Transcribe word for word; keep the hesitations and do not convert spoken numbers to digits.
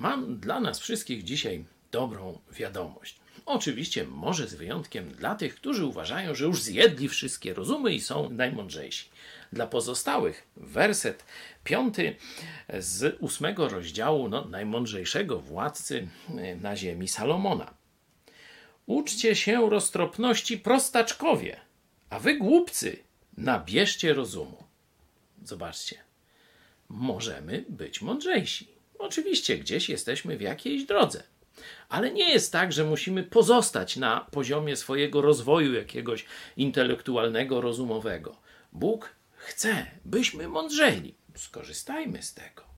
mam dla nas wszystkich dzisiaj dobrą wiadomość. Oczywiście może z wyjątkiem dla tych, którzy uważają, że już zjedli wszystkie rozumy i są najmądrzejsi. Dla pozostałych werset piąty z ósmego rozdziału no, najmądrzejszego władcy na ziemi Salomona. Uczcie się roztropności prostaczkowie, a wy głupcy nabierzcie rozumu. Zobaczcie, możemy być mądrzejsi. Oczywiście gdzieś jesteśmy w jakiejś drodze. Ale nie jest tak, że musimy pozostać na poziomie swojego rozwoju jakiegoś intelektualnego, rozumowego. Bóg chce, byśmy mądrzeli. Skorzystajmy z tego.